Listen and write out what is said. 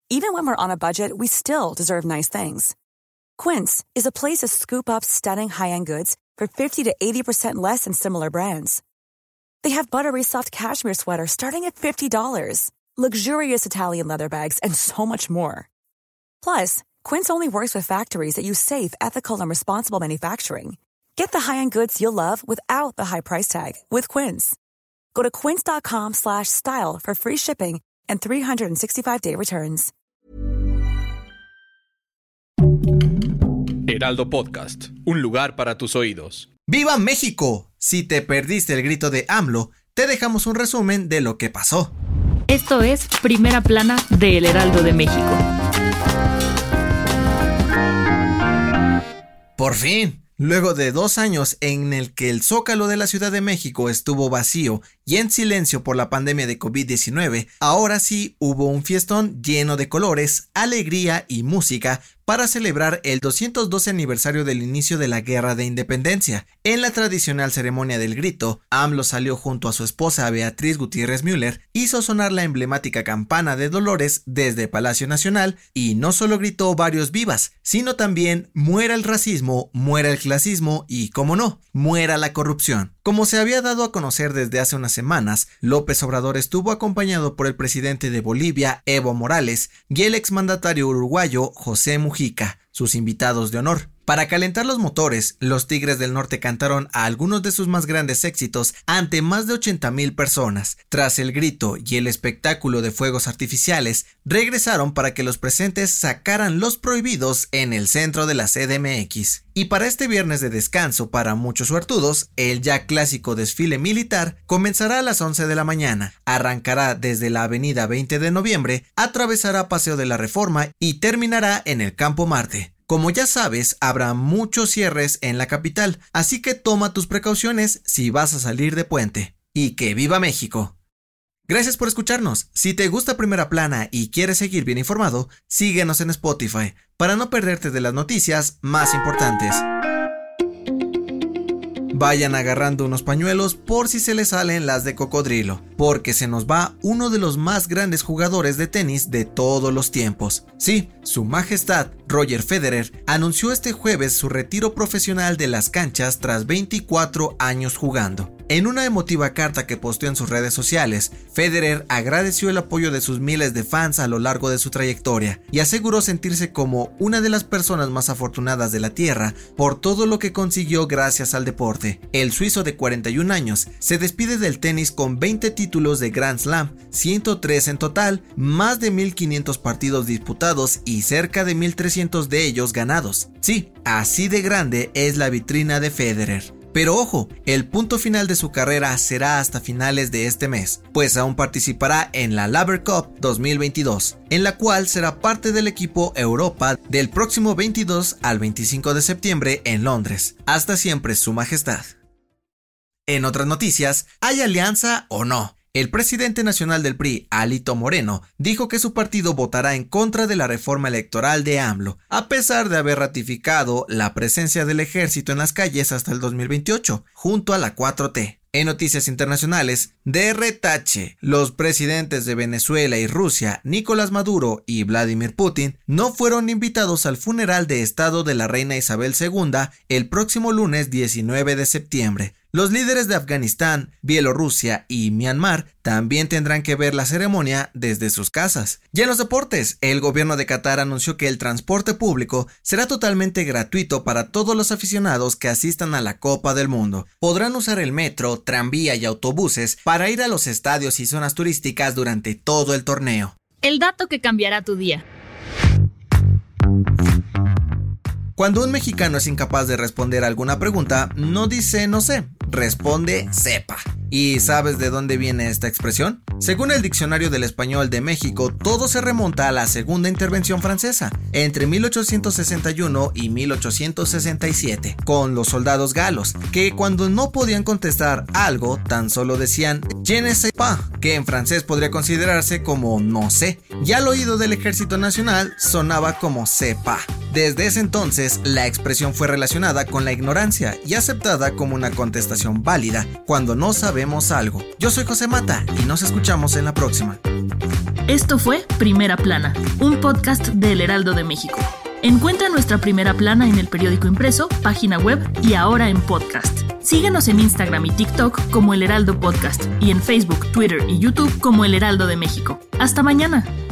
Even when we're on a budget, we still deserve nice things. Quince is a place to scoop up stunning high-end goods for 50 to 80% less than similar brands. They have buttery soft cashmere sweaters starting at $50, luxurious Italian leather bags, and so much more. Plus, Quince only works with factories that use safe, ethical, and responsible manufacturing. Get the high-end goods you'll love without the high price tag with Quince. Go to quince.com/style for free shipping and 365-day returns. Heraldo Podcast, un lugar para tus oídos. ¡Viva México! Si te perdiste el grito de AMLO, te dejamos un resumen de lo que pasó. Esto es Primera Plana de El Heraldo de México. Por fin, luego de 2 años en el que el Zócalo de la Ciudad de México estuvo vacío y en silencio por la pandemia de COVID-19, ahora sí hubo un fiestón lleno de colores, alegría y música para celebrar el 212 aniversario del inicio de la Guerra de Independencia. En la tradicional ceremonia del grito, AMLO salió junto a su esposa Beatriz Gutiérrez Müller, hizo sonar la emblemática campana de Dolores desde Palacio Nacional y no solo gritó varios vivas, sino también muera el racismo, muera el clasismo y, como no, muera la corrupción. Como se había dado a conocer desde hace unas semanas, López Obrador estuvo acompañado por el presidente de Bolivia, Evo Morales, y el exmandatario uruguayo, José Mujica, sus invitados de honor. Para calentar los motores, los Tigres del Norte cantaron a algunos de sus más grandes éxitos ante más de 80,000 personas. Tras el grito y el espectáculo de fuegos artificiales, regresaron para que los presentes sacaran los prohibidos en el centro de la CDMX. Y para este viernes de descanso para muchos suertudos, el ya clásico desfile militar comenzará a las 11 de la mañana, arrancará desde la avenida 20 de noviembre, atravesará Paseo de la Reforma y terminará en el Campo Marte. Como ya sabes, habrá muchos cierres en la capital, así que toma tus precauciones si vas a salir de puente. ¡Y que viva México! Gracias por escucharnos. Si te gusta Primera Plana y quieres seguir bien informado, síguenos en Spotify para no perderte de las noticias más importantes. Vayan agarrando unos pañuelos por si se les salen las de cocodrilo, porque se nos va uno de los más grandes jugadores de tenis de todos los tiempos. Sí, su majestad, Roger Federer, anunció este jueves su retiro profesional de las canchas tras 24 años jugando. En una emotiva carta que posteó en sus redes sociales, Federer agradeció el apoyo de sus miles de fans a lo largo de su trayectoria y aseguró sentirse como una de las personas más afortunadas de la tierra por todo lo que consiguió gracias al deporte. El suizo de 41 años se despide del tenis con 20 títulos de Grand Slam, 103 en total, más de 1,500 partidos disputados y cerca de 1,300 de ellos ganados. Sí, así de grande es la vitrina de Federer. Pero ojo, el punto final de su carrera será hasta finales de este mes, pues aún participará en la Laver Cup 2022, en la cual será parte del equipo Europa del próximo 22 al 25 de septiembre en Londres. Hasta siempre, Su Majestad. En otras noticias, ¿hay alianza o no? El presidente nacional del PRI, Alito Moreno, dijo que su partido votará en contra de la reforma electoral de AMLO, a pesar de haber ratificado la presencia del ejército en las calles hasta el 2028, junto a la 4T. En noticias internacionales, de retache, los presidentes de Venezuela y Rusia, Nicolás Maduro y Vladimir Putin, no fueron invitados al funeral de Estado de la reina Isabel II el próximo lunes 19 de septiembre. Los líderes de Afganistán, Bielorrusia y Myanmar también tendrán que ver la ceremonia desde sus casas. Y en los deportes, el gobierno de Qatar anunció que el transporte público será totalmente gratuito para todos los aficionados que asistan a la Copa del Mundo. Podrán usar el metro, tranvía y autobuses para ir a los estadios y zonas turísticas durante todo el torneo. El dato que cambiará tu día. Cuando un mexicano es incapaz de responder a alguna pregunta, no dice no sé, responde sepa. ¿Y sabes de dónde viene esta expresión? Según el Diccionario del Español de México, todo se remonta a la segunda intervención francesa, entre 1861 y 1867, con los soldados galos, que cuando no podían contestar algo, tan solo decían je ne sais pas, que en francés podría considerarse como no sé, y al oído del Ejército Nacional sonaba como sepa. Desde ese entonces, la expresión fue relacionada con la ignorancia y aceptada como una contestación válida cuando no sabemos algo. Yo soy José Mata y nos escuchamos en la próxima. Esto fue Primera Plana, un podcast de El Heraldo de México. Encuentra nuestra Primera Plana en el periódico impreso, página web y ahora en podcast. Síguenos en Instagram y TikTok como El Heraldo Podcast y en Facebook, Twitter y YouTube como El Heraldo de México. ¡Hasta mañana!